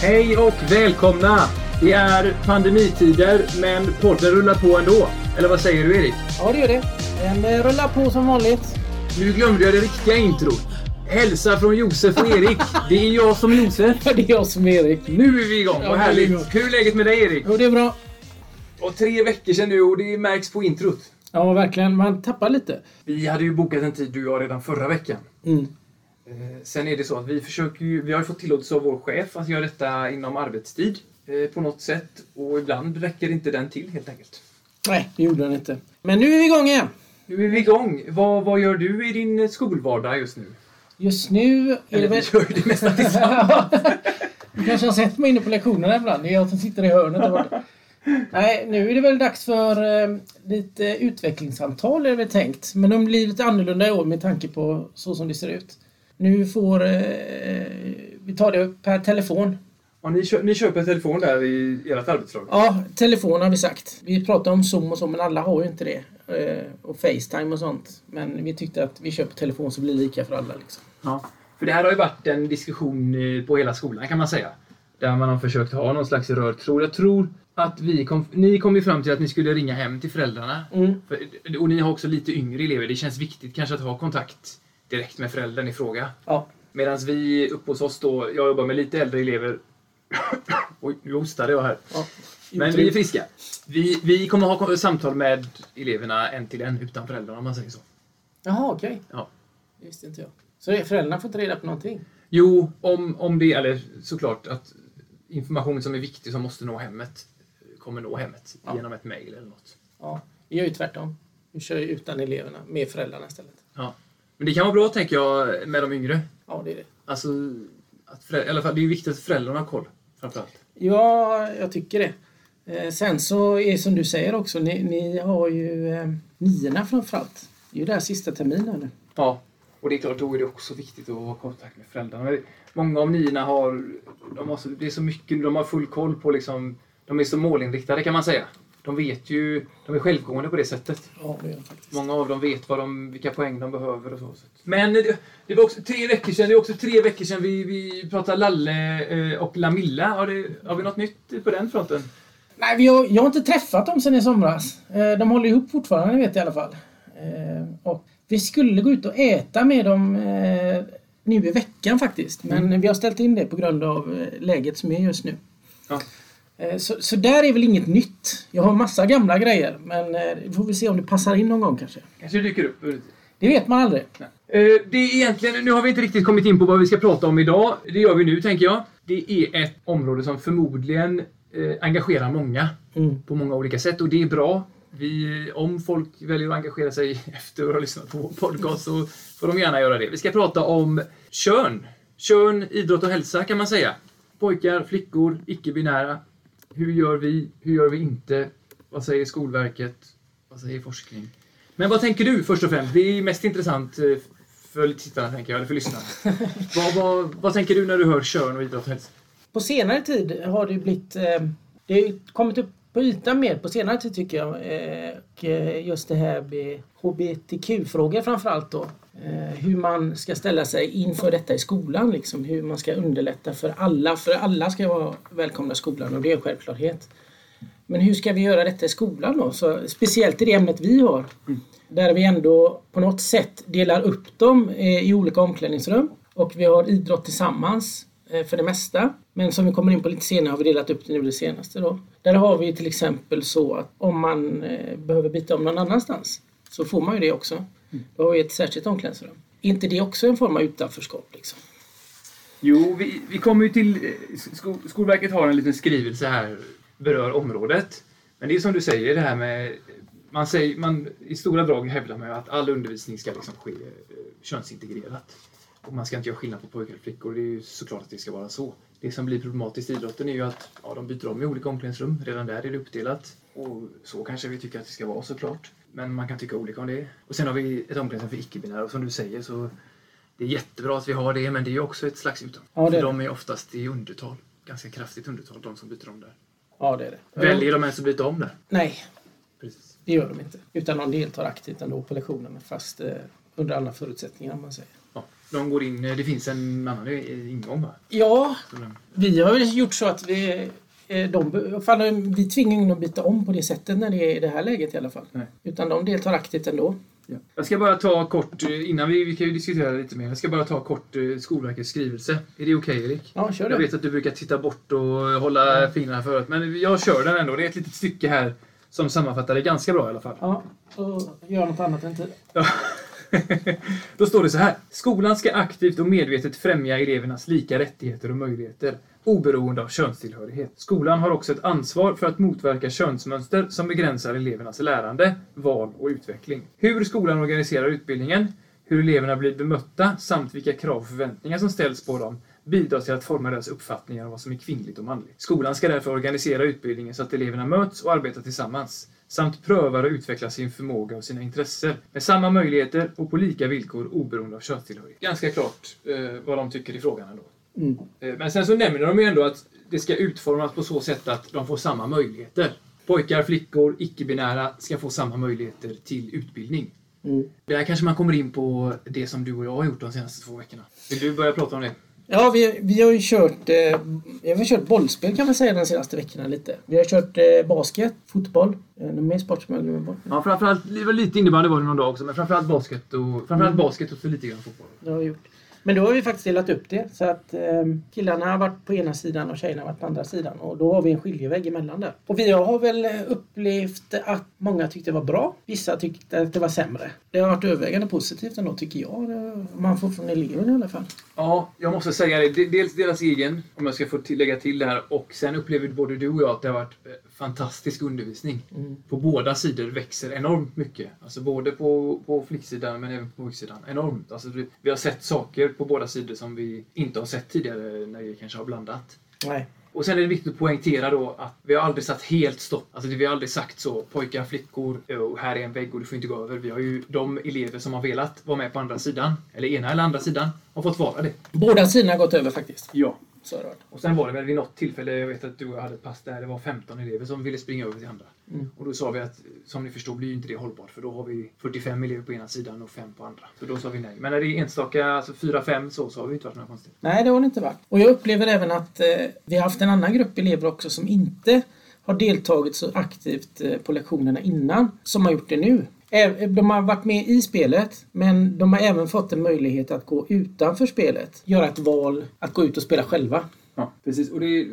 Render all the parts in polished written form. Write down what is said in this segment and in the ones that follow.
Hej och välkomna! Det är pandemitider, men podden rullar på ändå. Eller vad säger du, Erik? Ja, det gör det. Den rullar på som vanligt. Nu glömde jag det riktiga intro. Hälsa från Josef och Erik. Det är jag som Josef. Det är jag som Erik. Nu är vi igång, vad härligt. Hur är läget med dig, Erik? Jo, det är bra. Och 3 veckor sedan nu och det märks på introt. Ja, verkligen. Man tappar lite. Vi hade ju bokat en tid, du och jag, redan förra veckan. Sen är det så att vi har fått tillåtelse av vår chef att göra detta inom arbetstid på något sätt. Och ibland räcker inte den till, helt enkelt. Nej, det gjorde den inte. Men nu är vi igång igen. Nu är vi igång. Vad gör du i din skolvardag just nu? Just nu är det väl... gör det nästan tillsammans. Du kanske har sett mig inne på lektionerna ibland. Det är jag som sitter i hörnet där borta. Nej, nu är det väl dags för lite utvecklingssamtal är det väl tänkt. Men de blir lite annorlunda i år med tanke på så som det ser ut. Nu får vi ta det per telefon. Ja, ni köper en telefon där i ert arbetslag? Ja, telefon har vi sagt. Vi pratar om Zoom och så, men alla har ju inte det. Och FaceTime och sånt. Men vi tyckte att vi köper telefon så blir det lika för alla. Liksom. Ja, för det här har ju varit en diskussion på hela skolan kan man säga. Där man har försökt ha någon slags röd tråd. Jag tror att ni kom ju fram till att ni skulle ringa hem till föräldrarna. Och ni har också lite yngre elever. Det känns viktigt kanske att ha kontakt direkt med föräldern i fråga. Ja. Medan vi uppe hos oss då, jag jobbar med lite äldre elever. Oj, nu hostade jag här. Ja, men vi är friska. Vi kommer ha samtal med eleverna en till en utan föräldrarna om man säger så. Jaha, okej. Okay. Ja. Det visste inte jag. Så föräldrarna får inte reda på någonting? Jo, om det, eller såklart att information som är viktig som måste nå hemmet kommer nå hemmet genom ett mejl eller något. Ja, vi gör ju tvärtom. Vi kör ju utan eleverna, med föräldrarna istället. Ja. Men det kan vara bra, tänker jag, med de yngre. Ja, det är det. Alltså, i alla fall, det är viktigt att föräldrarna har koll, framförallt. Ja, jag tycker det. Sen så är som du säger också, ni har ju 9:orna framförallt. Det är ju där sista terminen nu. Ja, och det är klart, då är det också viktigt att ha kontakt med föräldrarna. Många av 9:orna det är så mycket, de har full koll på liksom, de är så målinriktade kan man säga. De vet ju, de är självgående på det sättet. Ja, det är det faktiskt. Många av dem vet vilka poäng de behöver och så. Men det var också 3 veckor sedan, det är också 3 veckor sedan vi pratade Lalle och Lamilla. Har vi något nytt på den fronten? Nej, jag har inte träffat dem sedan i somras. De håller ihop fortfarande, vet jag i alla fall. Och vi skulle gå ut och äta med dem nu i veckan faktiskt. Men vi har ställt in det på grund av läget som är just nu. Ja. Så där är väl inget nytt. Jag har massa gamla grejer. Men vi får väl se om det passar in någon gång kanske. Kanske dyker upp. Det vet man aldrig. Det är egentligen, nu har vi inte riktigt kommit in på vad vi ska prata om idag. Det gör vi nu, tänker jag. Det är ett område som förmodligen engagerar många på många olika sätt. Och det är bra. Om folk väljer att engagera sig efter att ha lyssnat på vår podcast så får de gärna göra det. Vi ska prata om kön. Kön, idrott och hälsa kan man säga. Pojkar, flickor, icke-binära. Hur gör vi inte? Vad säger Skolverket? Vad säger forskning? Men vad tänker du först och främst? Det är mest intressant för tittarna, tänker jag, eller för lyssnarna. Vad tänker du när du hör kön och idrott och hälsa? På senare tid har det blivit... det har kommit upp på ytan mer på senare tid tycker jag. Och just det här med HBTQ-frågor framförallt då. Hur man ska ställa sig inför detta i skolan. Liksom. Hur man ska underlätta för alla. För alla ska vara välkomna i skolan och det är en självklarhet. Men hur ska vi göra detta i skolan då? Så, speciellt i det ämnet vi har. Där vi ändå på något sätt delar upp dem i olika omklädningsrum. Och vi har idrott tillsammans för det mesta. Men som vi kommer in på lite senare har vi delat upp det nu det senaste då. Där har vi till exempel så att om man behöver byta om någon annanstans så får man ju det också. Då har vi ett särskilt omklädningsrum. Inte det också en form av utanförskap liksom? Jo, vi kommer ju till... Skolverket har en liten skrivelse här, berör området. Men det är som du säger, det här med... Man i stora drag hävdar med att all undervisning ska liksom ske könsintegrerat. Och man ska inte göra skillnad på pojkar och flickor. Det är ju såklart att det ska vara så. Det som blir problematiskt i idrotten är ju att de byter om i olika omklädningsrum. Redan där är det uppdelat. Och så kanske vi tycker att det ska vara såklart. Men man kan tycka olika om det. Och sen har vi ett omklädningsrum för icke-binära. Och som du säger så det är jättebra att vi har det. Men det är ju också ett slags utan. Ja, för de är oftast i undertal. Ganska kraftigt undertal, de som byter om där. Ja, det är det. Väljer de ens att byta om där? Nej, precis. Det gör de inte. Utan de deltar aktivt ändå på lektionerna. Fast under alla förutsättningar, om man säger. Ja. de går in, det finns en annan ingång, va? Ja, vi har ju gjort så att vi tvingar ingen att byta om på det sättet när det är i det här läget i alla fall. Nej. Utan de deltar aktivt ändå. Ja. Jag ska bara ta kort, innan vi kan ju diskutera lite mer, jag ska bara ta kort Skolverkets skrivelse. Är det okej, Erik? Ja, kör det. Jag vet att du brukar titta bort och hålla fingrarna förut, men jag kör den ändå. Det är ett litet stycke här som sammanfattar det ganska bra i alla fall. Ja, och gör något annat än tid. Ja. Då står det så här. Skolan ska aktivt och medvetet främja elevernas lika rättigheter och möjligheter, oberoende av könstillhörighet. Skolan har också ett ansvar för att motverka könsmönster som begränsar elevernas lärande, val och utveckling. Hur skolan organiserar utbildningen, hur eleverna blir bemötta samt vilka krav och förväntningar som ställs på dem bidrar till att forma deras uppfattningar om vad som är kvinnligt och manligt. Skolan ska därför organisera utbildningen så att eleverna möts och arbetar tillsammans, samt prövar och utvecklar sin förmåga och sina intressen med samma möjligheter och på lika villkor oberoende av könstillhörighet. Ganska klart vad de tycker i frågan ändå. Men sen så nämner de ju ändå att det ska utformas på så sätt att de får samma möjligheter. Pojkar, flickor, icke-binära ska få samma möjligheter till utbildning. Där kanske man kommer in på det som du och jag har gjort de senaste 2 veckorna. Vill du börja prata om det? Ja, vi har ju kört bollspel kan man säga de senaste veckorna lite. Vi har kört basket, fotboll, någon mer sport som jag glömmer bort. Ja, framförallt, det var lite innebandy var det någon dag också, men framförallt basket och så lite grann fotboll. Det har vi gjort. Men då har vi faktiskt delat upp det så att killarna har varit på ena sidan och tjejerna har varit på andra sidan. Och då har vi en skiljevägg emellan där. Och vi har väl upplevt att många tyckte det var bra. Vissa tyckte att det var sämre. Det har varit övervägande positivt ändå tycker jag. Man får från eleven i alla fall. Ja, jag måste säga det. Dels deras egen, om jag ska få lägga till det här. Och sen upplever både du och jag att det har varit fantastisk undervisning. På båda sidor växer enormt mycket. Alltså både på flicksidan men även på pojksidan. Enormt. Alltså vi har sett saker på båda sidor som vi inte har sett tidigare när vi kanske har blandat. Nej. Och sen är det viktigt att poängtera då att vi har aldrig satt helt stopp. Alltså vi har aldrig sagt så, pojkar, flickor, och här är en vägg och du får inte gå över. Vi har ju de elever som har velat vara med på andra sidan, eller ena eller andra sidan, har fått vara det. Båda sidorna har gått över faktiskt. Ja. Så har det varit. Och sen var det väl vid något tillfälle, jag vet att du och jag hade ett pass där det var 15 elever som ville springa över till andra. Och då sa vi att, som ni förstår, blir ju inte det hållbart. För då har vi 45 elever på ena sidan och 5 på andra. Så då sa vi nej. Men när det är enstaka, alltså 4-5 så har vi inte varit några konstigt. Nej, det har det inte varit. Och jag upplever även att vi har haft en annan grupp elever också som inte har deltagit så aktivt på lektionerna innan som har gjort det nu. De har varit med i spelet, men de har även fått en möjlighet att gå utanför spelet. Göra ett val att gå ut och spela själva. Ja, precis.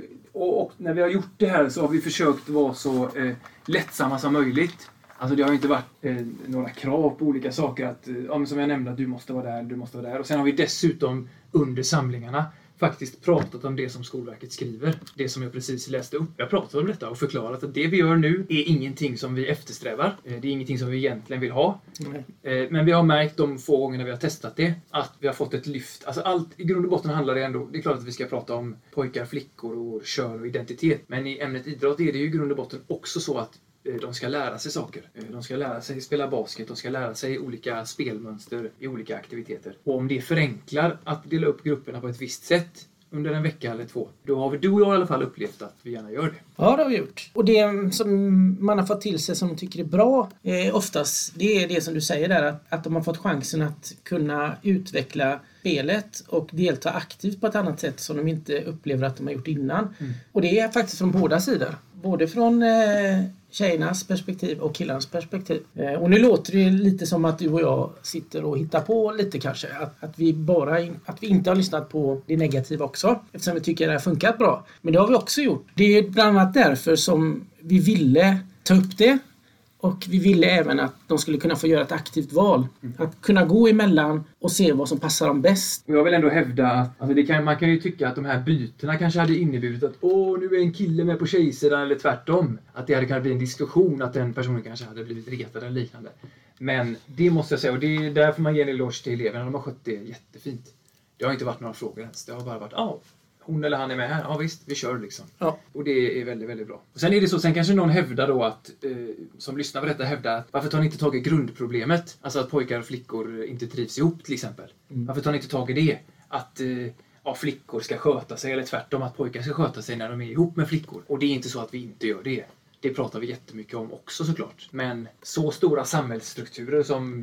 Och när vi har gjort det här så har vi försökt vara så lättsamma som möjligt. Alltså det har inte varit några krav på olika saker. Att, som jag nämnde, att du måste vara där, du måste vara där. Och sen har vi dessutom under samlingarna faktiskt pratat om det som Skolverket skriver. Det som jag precis läste upp. Jag har pratat om detta och förklarat att det vi gör nu är ingenting som vi eftersträvar. Det är ingenting som vi egentligen vill ha. Men vi har märkt de få gångerna vi har testat det att vi har fått ett lyft. Alltså allt i grund och botten handlar det ändå. Det är klart att vi ska prata om pojkar, flickor och kön och identitet. Men i ämnet idrott är det ju i grund och botten också så att de ska lära sig saker. De ska lära sig spela basket. De ska lära sig olika spelmönster i olika aktiviteter. Och om det förenklar att dela upp grupperna på ett visst sätt under en vecka eller 2. Då har du och jag i alla fall upplevt att vi gärna gör det. Ja, det har vi gjort. Och det som man har fått till sig som de tycker är bra oftast, det är det som du säger där. Att de har fått chansen att kunna utveckla spelet och delta aktivt på ett annat sätt som de inte upplever att de har gjort innan. Och det är faktiskt från båda sidor. Både från tjejernas perspektiv och killarnas perspektiv. Och nu låter det lite som att du och jag sitter och hittar på lite kanske. Att vi inte har lyssnat på det negativa också. Eftersom vi tycker att det har funkat bra. Men det har vi också gjort. Det är bland annat därför som vi ville ta upp det. Och vi ville även att de skulle kunna få göra ett aktivt val. Att kunna gå emellan och se vad som passar dem bäst. Och jag vill ändå hävda att alltså man kan ju tycka att de här bytena kanske hade inneburit att nu är en kille med på tjejsidan eller tvärtom. Att det hade kunnat bli en diskussion att den personen kanske hade blivit retad eller liknande. Men det måste jag säga, och det är därför man ger en eloge till eleverna. De har skött det jättefint. Det har inte varit några frågor ens. Det har bara varit hon eller han är med här. Ja visst, vi kör liksom. Ja. Och det är väldigt, väldigt bra. Och sen är det så, sen kanske någon hävdar då att, som lyssnar på detta hävdar att varför tar ni inte tag i grundproblemet? Alltså att pojkar och flickor inte trivs ihop till exempel. Varför tar ni inte tag i det? Att flickor ska sköta sig eller tvärtom att pojkar ska sköta sig när de är ihop med flickor. Och det är inte så att vi inte gör det. Det pratar vi jättemycket om också såklart. Men så stora samhällsstrukturer som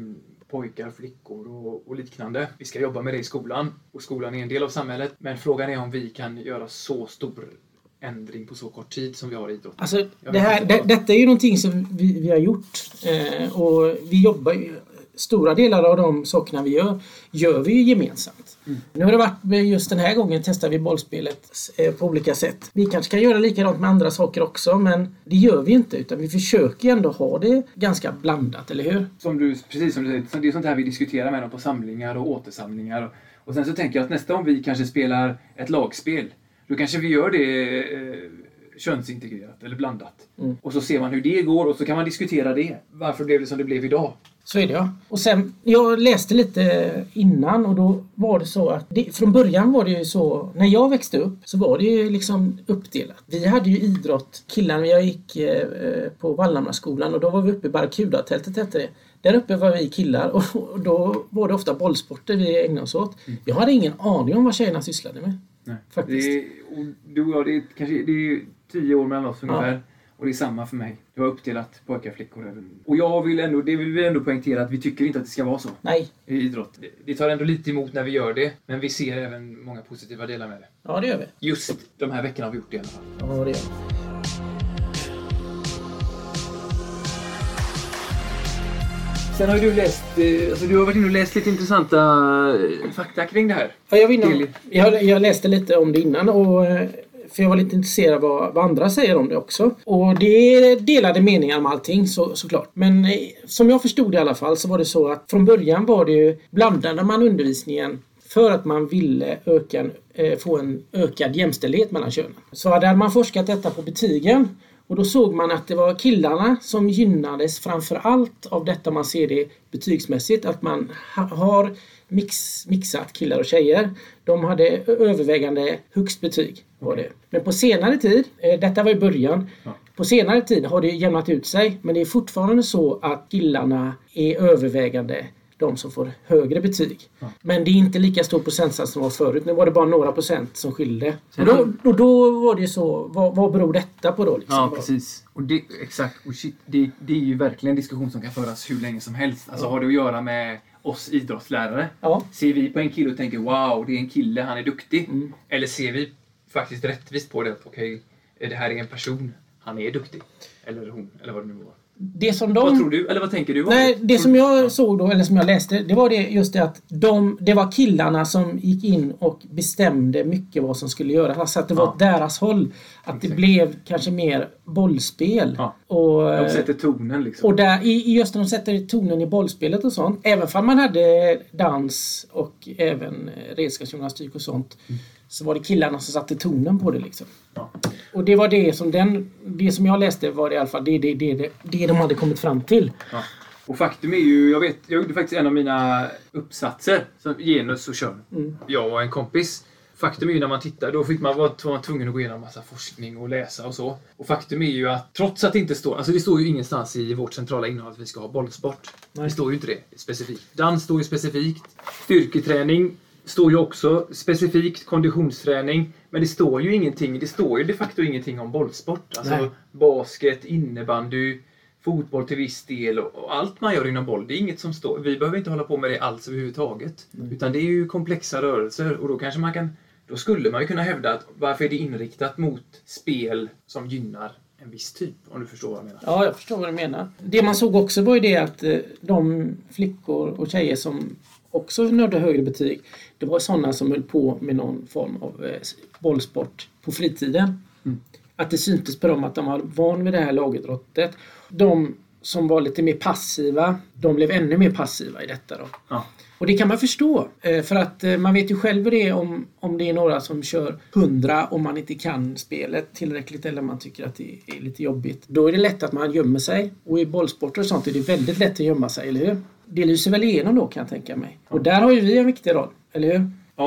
pojkar, flickor och liknande. Vi ska jobba med det i skolan och skolan är en del av samhället. Men frågan är om vi kan göra så stor ändring på så kort tid som vi har i idrott. Alltså, detta är ju någonting som vi har gjort och vi jobbar ju, stora delar av de sakerna vi gör vi ju gemensamt. Nu har det varit just den här gången testar vi bollspelet på olika sätt. Vi kanske kan göra likadant med andra saker också, men det gör vi inte, utan vi försöker ändå ha det ganska blandat, eller hur? Precis som du säger, det är sånt här vi diskuterar med dem på samlingar och återsamlingar. Och sen så tänker jag att nästa gång vi kanske spelar ett lagspel, då kanske vi gör det könsintegrerat eller blandat. Och så ser man hur det går och så kan man diskutera det. Varför blev det som det blev idag? Så är det, ja. Och sen, jag läste lite innan och då var det så att från början var det ju så, när jag växte upp så var det ju liksom uppdelat. Vi hade ju idrott, killarna, jag gick på Vallhamraskolan och då var vi uppe i Barracuda-tältet hette det. Där uppe var vi killar och då var det ofta bollsporter vi ägnade oss åt. Jag hade ingen aning om vad tjejerna sysslade med. Nej. Faktiskt. Det är 10 år mellan oss ungefär. Ja. Och det är samma för mig. Det var uppdelat pojkar och flickor. Och jag vill vi ändå poängtera att vi tycker inte att det ska vara så. Nej. I idrott. Det tar ändå lite emot när vi gör det. Men vi ser även många positiva delar med det. Ja, det gör vi. Just de här veckorna har vi gjort det i alla fall. Ja, det gör vi. Sen har ju du läst, du har varit inne och läst lite intressanta fakta kring det här. Ja, jag läste lite om det innan och för jag var lite intresserad vad andra säger om det också. Och det är delade meningar om allting såklart. Men som jag förstod det i alla fall så var det så att från början var det ju blandade man undervisningen för att man ville få en ökad jämställdhet mellan könen. Så hade man forskat detta på betygen och då såg man att det var killarna som gynnades framför allt av detta man ser det betygsmässigt. Att man har mixat killar och tjejer. De hade övervägande högst betyg. Var det. Men på senare tid, detta var i början, på senare tid har det jämnat ut sig. Men det är fortfarande så att killarna är övervägande de som får högre betyg. Men det är inte lika stor procentsats som var förut. Nu var det bara några procent som skilde. Och då var det ju så, vad beror detta på då? Liksom? Ja, precis. Och det, exakt. Och shit, det är ju verkligen en diskussion som kan föras hur länge som helst. Alltså har det att göra med oss idrottslärare? Ja. Ser vi på en kille och tänker, wow, det är en kille, han är duktig. Eller ser vi faktiskt rättvist på det? Okej, det här är en person, han är duktig. Eller hon, eller vad det nu var. Vad tror du? Eller vad tänker du? Nej, det som jag såg då, eller som jag läste, det var just det att det var killarna som gick in och bestämde mycket vad som skulle göras. Alltså att det var deras håll. Att det blev kanske mer bollspel. Ja. Och, de sätter tonen liksom. Och där, just när de sätter tonen i bollspelet och sånt. Även om man hade dans och även redskapsgymnastik och sånt. Så var det killarna som satte tonen på det liksom. Ja. Och det var det som jag läste var det i alla fall det de hade kommit fram till. Ja. Och faktum är ju, jag gjorde faktiskt en av mina uppsatser som genus och kön. Jag och en kompis. Faktum är ju när man tittar, då var man tvungen att gå igenom massa forskning och läsa och så. Och faktum är ju att trots att det inte står, alltså det står ju ingenstans i vårt centrala innehåll att vi ska ha bollsport. Nej. Det står ju inte det specifikt. Dans står ju specifikt. Styrketräning står ju också specifikt, konditionsträning. Men det står ju ingenting, det står ju de facto ingenting om bollsport. Alltså basket, innebandy, fotboll till viss del och allt man gör inom boll. Det är inget som står, vi behöver inte hålla på med det alls överhuvudtaget. Utan det är ju komplexa rörelser och då kanske då skulle man ju kunna hävda att varför är det inriktat mot spel som gynnar en viss typ, om du förstår vad jag menar. Ja, jag förstår vad du menar. Det man såg också var ju det att de flickor och tjejer som också nådde högre betyg, det var sådana som höll på med någon form av bollsport på fritiden. Att det syntes på dem att de var van vid det här lagidrottet. De som var lite mer passiva, de blev ännu mer passiva i detta då. Ja. Och det kan man förstå. För att man vet ju själv det om det är några som kör 100 och man inte kan spelet tillräckligt eller man tycker att det är lite jobbigt. Då är det lätt att man gömmer sig. Och i bollsporter och sånt är det väldigt lätt att gömma sig, eller hur? Det lyser väl igenom då, kan jag tänka mig. Och där har ju vi en viktig roll, eller hur? Ja,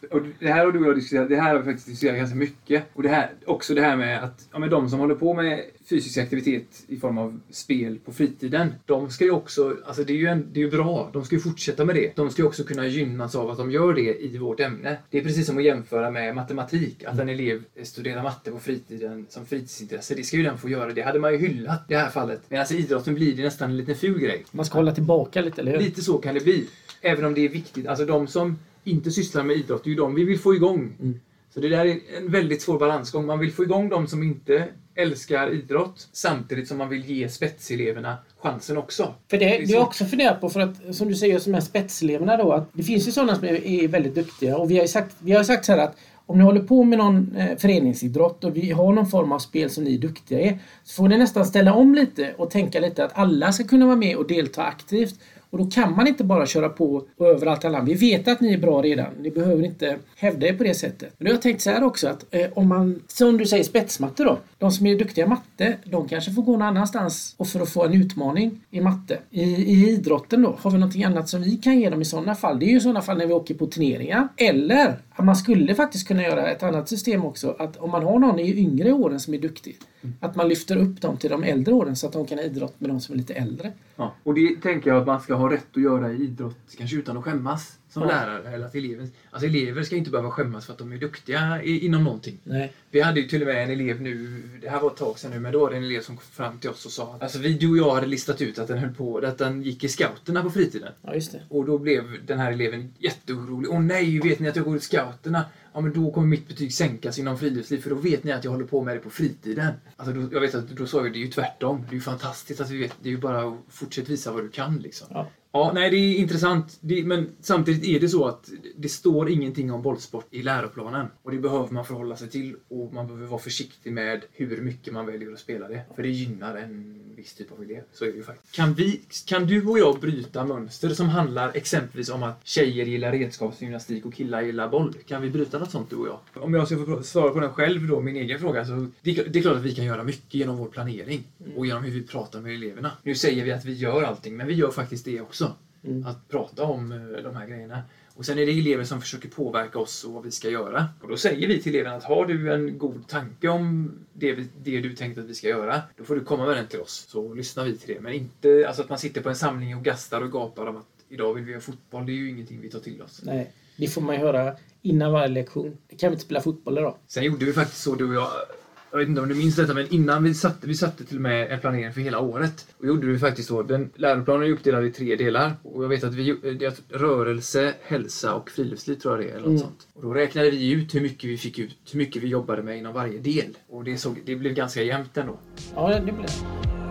och det här har du och jag diskuterat, det här har vi faktiskt diskuterat ganska mycket. Och det här med att de som håller på med fysisk aktivitet i form av spel på fritiden, de ska ju också, alltså det är ju bra, de ska ju fortsätta med det. De ska ju också kunna gynnas av att de gör det i vårt ämne. Det är precis som att jämföra med matematik, att en elev studerar matte på fritiden som fritidsintresse, det ska ju den få göra. Det hade man ju hyllat i det här fallet. Men alltså idrotten blir det nästan en liten ful grej. Man ska hålla tillbaka lite, eller hur? Lite så kan det bli. Även om det är viktigt. Alltså de som inte sysslar med idrott, det är ju de vi vill få igång. Så det där är en väldigt svår balansgång. Man vill få igång de som inte älskar idrott, samtidigt som man vill ge spetseleverna chansen också. För det är också funderat på, för att som du säger, som är spetseleverna då, att det finns ju sådana som är väldigt duktiga, och vi har sagt så här att om ni håller på med någon föreningsidrott och vi har någon form av spel som ni är duktiga i, så får ni nästan ställa om lite och tänka lite att alla ska kunna vara med och delta aktivt. Och då kan man inte bara köra på överallt alla. Vi vet att ni är bra redan. Ni behöver inte hävda er på det sättet. Men jag har tänkt så här också att om man, som du säger, spetsmatte då. De som är duktiga i matte, de kanske får gå någon annanstans och för att få en utmaning i matte. I idrotten då, har vi någonting annat som vi kan ge dem i sådana fall? Det är ju i sådana fall när vi åker på turneringar. Eller att man skulle faktiskt kunna göra ett annat system också. Att om man har någon i yngre åren som är duktig, att man lyfter upp dem till de äldre åren så att de kan idrotta med de som är lite äldre. Ja, och det tänker jag att man ska ha rätt att göra i idrott, kanske utan att skämmas som lärare. Eller att elever ska inte behöva skämmas för att de är duktiga inom någonting. Nej. Vi hade ju till och med en elev nu, det här var ett tag sedan nu, men då var det en elev som kom fram till oss och sa att alltså du och jag hade listat ut att den gick i scouterna på fritiden. Ja, just det. Och då blev den här eleven jätteorolig. Åh nej, vet ni att jag går i scouterna? Ja, men då kommer mitt betyg sänkas inom friluftsliv, för då vet ni att jag håller på med det på fritiden. Alltså jag vet att då sa jag det är ju tvärtom. Det är ju fantastiskt att vi vet. Det är ju bara att fortsätta visa vad du kan liksom. Ja, nej, det är intressant. Men samtidigt är det så att det står ingenting om bollsport i läroplanen. Och det behöver man förhålla sig till. Och man behöver vara försiktig med hur mycket man väljer att spela det. För det gynnar en viss typ av elev. Så är det ju faktiskt. Kan du och jag bryta mönster som handlar exempelvis om att tjejer gillar redskapsgymnastik och killar gillar boll? Kan vi bryta något sånt, du och jag? Om jag ska få svara på den själv då, min egen fråga, så det är klart att vi kan göra mycket genom vår planering. Och genom hur vi pratar med eleverna. Nu säger vi att vi gör allting, men vi gör faktiskt det också. Att prata om de här grejerna. Och sen är det elever som försöker påverka oss och vad vi ska göra. Och då säger vi till eleverna att har du en god tanke om det du tänkt att vi ska göra, då får du komma med den till oss. Så lyssnar vi till det. Men inte alltså att man sitter på en samling och gastar och gapar om att idag vill vi ha fotboll. Det är ju ingenting vi tar till oss. Nej, det får man ju höra innan varje lektion. Kan vi inte spela fotboll idag? Sen gjorde vi faktiskt så, du och jag vet inte om du minns detta, men innan vi satte till och med en planering för hela året. Och gjorde vi faktiskt så. Läroplanen är uppdelad i 3 delar. Och jag vet att det är rörelse, hälsa och friluftsliv tror jag det är. Eller något sånt. Och då räknade vi ut hur mycket vi fick ut, hur mycket vi jobbade med inom varje del. Och det blev ganska jämnt ändå. Ja, det blev det.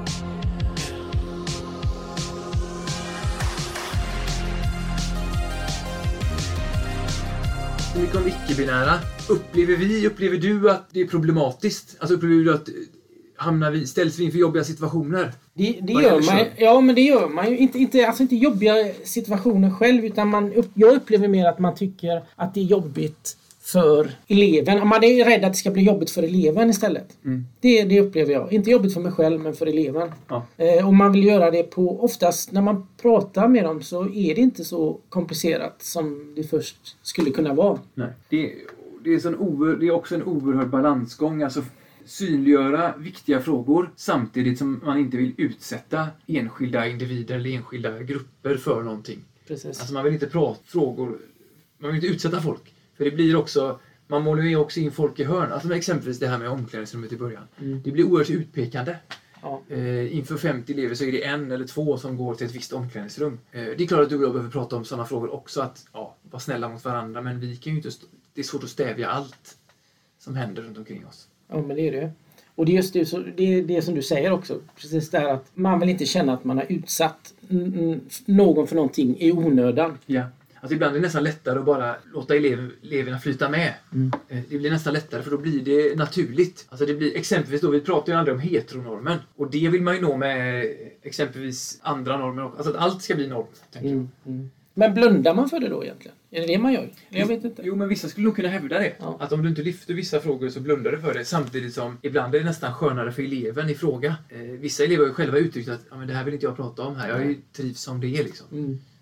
Mycket om icke-binära. Upplever du att det är problematiskt? Alltså upplever du att ställs vi inför jobbiga situationer? Det gör man. Ja, men det gör man ju. Inte jobbiga situationer själv, utan jag upplever mer att man tycker att det är jobbigt för eleven. Man är rädd att det ska bli jobbigt för eleven istället. Det upplever jag. Inte jobbigt för mig själv, men för eleven. Ja. Och man vill göra det på, oftast när man pratar med dem så är det inte så komplicerat som det först skulle kunna vara. Nej. Det är också en oerhörd balansgång. Alltså synliggöra viktiga frågor samtidigt som man inte vill utsätta enskilda individer eller enskilda grupper för någonting. Precis. Alltså man vill inte prata frågor, man vill inte utsätta folk. För det blir också, man målar ju också in folk i hörn. Alltså exempelvis det här med omklädningsrummet i början. Det blir oerhört utpekande. Ja. Inför 50 elever så är det 1 eller 2 som går till ett visst omklädningsrum. Det är klart att du och jag behöver prata om sådana frågor också. Att vara snälla mot varandra. Men vi kan ju inte, det är svårt att stävja allt som händer runt omkring oss. Ja, men det är det. Och det är just det som du säger också. Precis där att man vill inte känna att man har utsatt någon för någonting i onödan. Ja. Alltså ibland är det nästan lättare att bara låta eleverna flyta med. Det blir nästan lättare för då blir det naturligt. Alltså det blir exempelvis då, vi pratar ju aldrig om heteronormen. Och det vill man ju nå med exempelvis andra normer. Alltså att allt ska bli norm, tänker jag. Men blundar man för det då egentligen? Är det det man gör? Jag vet inte. Jo, men vissa skulle nog kunna hävda det. Ja. Att om du inte lyfter vissa frågor så blundar du för det. Samtidigt som ibland är det nästan skönare för eleven i fråga. Vissa elever har ju själva uttryckt att men det här vill inte jag prata om här. Jag trivs som det är liksom.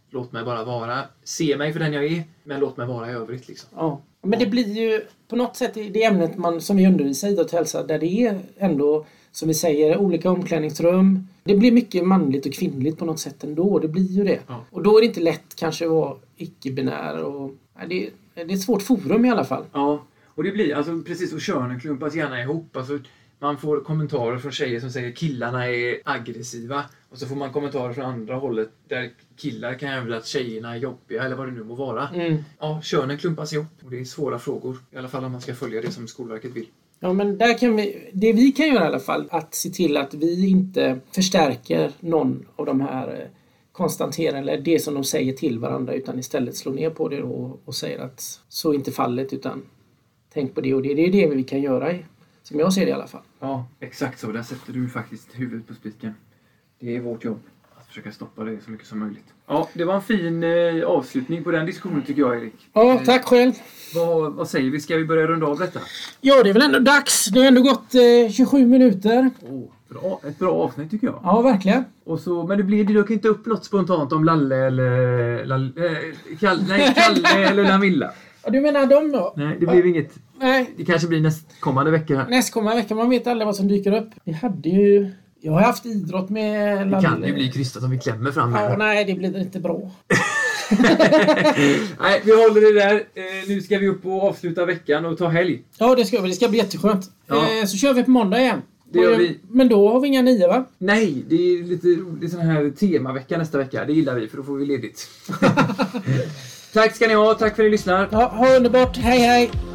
Låt mig bara vara. Se mig för den jag är, men låt mig vara i övrigt liksom. Ja. Men det blir ju på något sätt det ämnet som vi undervisar i idrott och hälsa, där det är ändå, som vi säger, olika omklädningsrum. Det blir mycket manligt och kvinnligt på något sätt ändå. Det blir ju det. Ja. Och då är det inte lätt kanske att vara icke-binär. Och, det är ett svårt forum i alla fall. Ja, och det blir alltså precis, och könen klumpas gärna ihop. Alltså, man får kommentarer från tjejer som säger killarna är aggressiva. Och så får man kommentarer från andra hållet där killar kan hävda att tjejerna är jobbiga eller vad det nu må vara. Ja, könen klumpas ihop och det är svåra frågor. I alla fall om man ska följa det som Skolverket vill. Ja, men där kan det vi kan göra i alla fall, att se till att vi inte förstärker någon av de här konstaterande eller det som de säger till varandra, utan istället slår ner på det och säger att så är inte fallet, utan tänk på det och det. Det är det vi kan göra, som jag ser det i alla fall. Ja, exakt så. Där sätter du faktiskt huvudet på spiken. Det är vårt jobb att försöka stoppa det så mycket som möjligt. Ja, det var en fin avslutning på den diskussionen tycker jag, Erik. Ja, tack själv. Vad säger vi? Ska vi börja runda av detta? Ja, det är väl ändå dags. Det har ändå gått 27 minuter. Ett bra avsnitt tycker jag. Ja, verkligen. Och så, men det dök inte upp något spontant om Lalle eller Kalle eller Lamilla. Ja, du menar dem då? Nej, det blev inget. Nej. Det kanske blir nästkommande vecka. Nästkommande vecka, man vet aldrig vad som dyker upp. Vi hade ju... Jag har haft idrott med Lalle. Det kan ju bli krystat om vi klämmer fram här. Ja, nej, det blir inte bra. Nej, vi håller det där. Nu ska vi upp och avsluta veckan och ta helg. Ja, det ska vi. Det ska bli jätteskönt. Ja. Så kör vi på måndag igen. Det gör vi. Men då har vi inga 9, va? Nej, det är lite sån här temavecka nästa vecka. Det gillar vi, för då får vi ledigt. Tack ska ni ha. Tack för att ni lyssnar. Ja, ha underbart. Hej, hej.